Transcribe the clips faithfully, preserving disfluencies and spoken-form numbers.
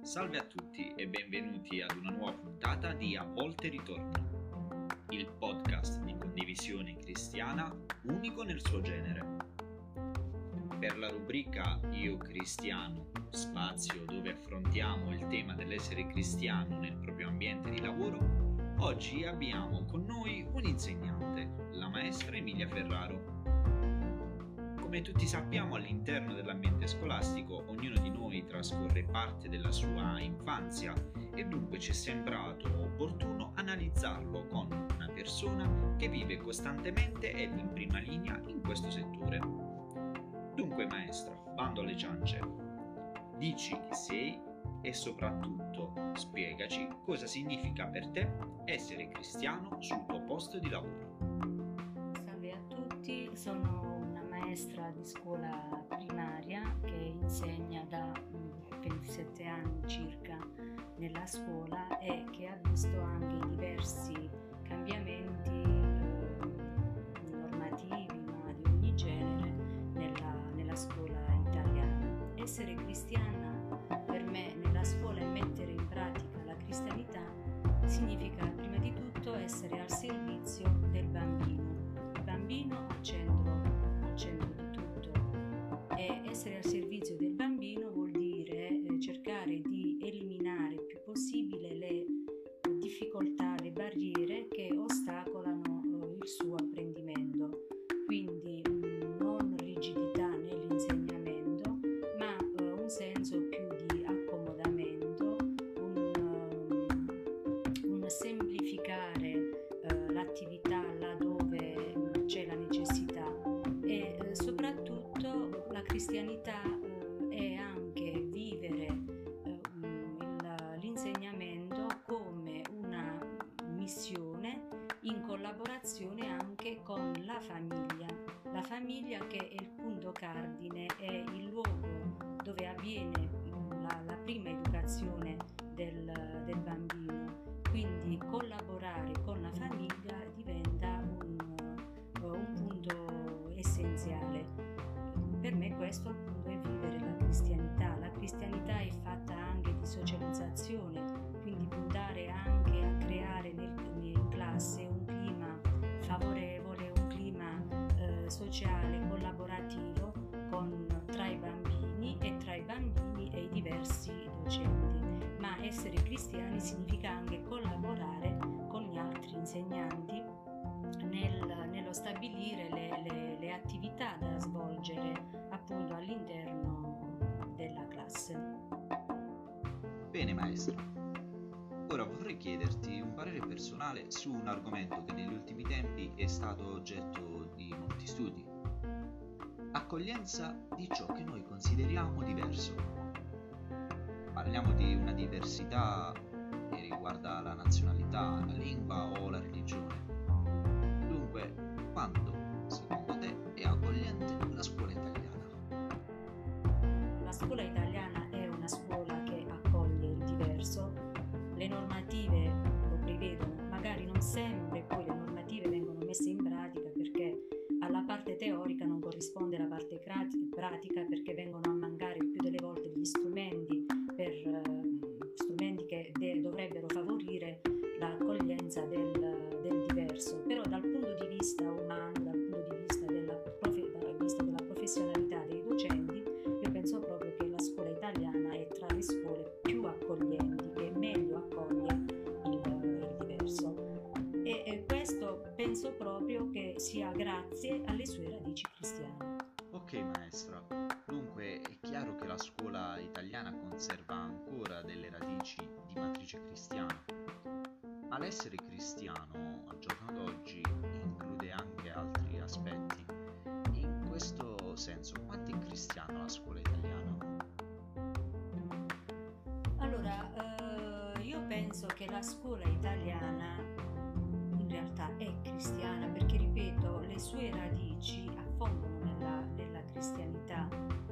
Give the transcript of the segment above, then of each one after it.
Salve a tutti e benvenuti ad una nuova puntata di A Volte Ritorno, il podcast di condivisione cristiana unico nel suo genere. Per la rubrica Io Cristiano, spazio dove affrontiamo il tema dell'essere cristiano nel proprio ambiente di lavoro, oggi abbiamo con noi un insegnante, la maestra Emilia Ferraro. Come tutti sappiamo, all'interno dell'ambiente scolastico ognuno di noi trascorre parte della sua infanzia e dunque ci è sembrato opportuno analizzarlo con una persona che vive costantemente ed in prima linea in questo settore. Dunque maestra, bando alle ciance, dici chi sei e soprattutto spiegaci cosa significa per te essere cristiano sul tuo posto di lavoro. Salve a tutti, sono maestra di scuola primaria che insegna da ventisette anni circa nella scuola e che ha visto anche diversi cambiamenti eh, normativi, ma di ogni genere, nella, nella scuola italiana. Essere cristiana per me nella scuola e mettere in pratica la cristianità significa prima di tutto essere al servizio del bambino, il bambino al centro centro di tutto, e essere al servizio del bambino vuol dire eh, cercare di eliminare il più possibile le difficoltà, le barriere che ostacolano eh, il suo apprendimento, quindi mh, non rigidità nell'insegnamento, ma eh, un senso più di accomodamento, un, um, un semplificare eh, l'attività laddove mh, c'è la necessità. E eh, soprattutto la cristianità eh, è anche vivere eh, il, l'insegnamento come una missione in collaborazione anche con la famiglia, la famiglia che è il punto cardine, è il luogo dove avviene la, la prima educazione del, del bambino, quindi collaborare con la famiglia diventa un, un punto essenziale. Per me questo appunto è vivere la cristianità. La cristianità è fatta anche di socializzazione, quindi puntare anche a creare nel, in classe un clima favorevole, un clima eh, sociale, collaborativo con, tra i bambini e tra i bambini e i diversi docenti. Ma essere cristiani significa anche collaborare con gli altri insegnanti nel, nello stabilire le, le, le attività da svolgere appunto all'interno della classe. Bene maestra, ora vorrei chiederti un parere personale su un argomento che negli ultimi tempi è stato oggetto di molti studi: accoglienza di ciò che noi consideriamo diverso. Parliamo di una diversità che riguarda la nazionalità, la lingua o la religione. Dunque, quanto, secondo te, è accogliente la scuola italiana? La scuola italiana è una scuola che accoglie il diverso, le normative lo prevedono, magari non sempre poi le normative vengono messe in pratica perché alla parte teorica non corrisponde la parte pratica, perché vengono a mancare più delle volte gli strumenti, per, uh, strumenti che de- dovrebbero favorire l'accoglienza del, del diverso, però dal punto di vista umano, dal punto di vista della, profe- dal vista della professionalità dei docenti, io penso proprio che la scuola italiana è tra le scuole più accoglienti, che meglio accoglie il, il diverso, e, e questo penso proprio che sia grazie alle sue radici cristiane. Ok maestra, dunque è chiaro che la scuola italiana conserva ancora delle radici di matrice cristiana, ma l'essere cristiano al giorno d'oggi include anche altri aspetti. In questo senso, quanto è cristiana la scuola italiana? Allora, eh, io penso che la scuola italiana in realtà è cristiana perché, ripeto, le sue radici affondano nella, nella cristianità.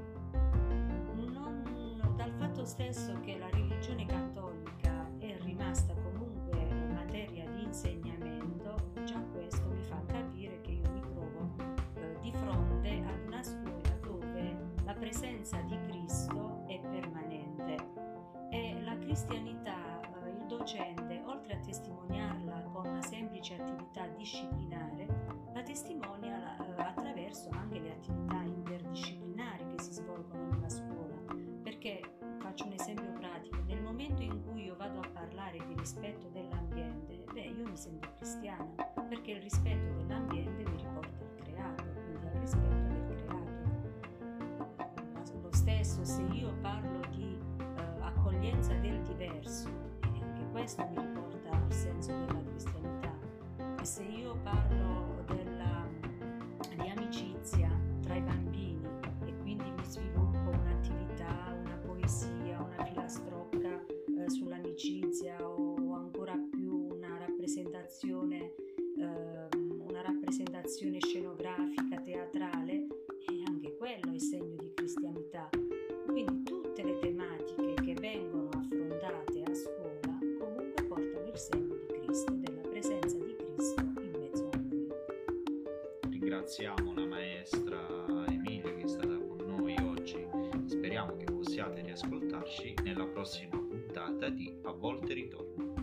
Non, dal fatto stesso che la religione cattolica è rimasta comunque materia di insegnamento, già questo mi fa capire che io mi trovo eh, di fronte ad una scuola dove la presenza di Cristo è permanente e la cristianità eh, il docente, oltre a testimoniarla con una semplice attività disciplinare, la testimonia eh, attraverso anche le attività interdisciplinari che si svolgono nella scuola. Perché, faccio un esempio pratico, nel momento in cui io vado a parlare di rispetto dell'ambiente, beh, io mi sento cristiana, perché il rispetto dell'ambiente mi riporta al creato, quindi al rispetto del creato. Lo stesso se io parlo di eh, accoglienza del diverso, e anche questo mi riporta al senso della cristianità. E se io parlo della, di amicizia tra i bambini e quindi mi sviluppo un'attività, una poesia, una filastrocca eh, sull'amicizia o ancora più una rappresentazione, eh, una rappresentazione scenografica, teatrale, e anche quello è segno di cristianità. Quindi tutte le tematiche che vengono affrontate a scuola comunque portano il segno di Cristo, della presenza di Cristo in mezzo a noi. Ringraziamo la maestra Emilia che è stata con noi oggi. Speriamo che possiate riascoltarci nella prossima puntata di A Volte Ritorno.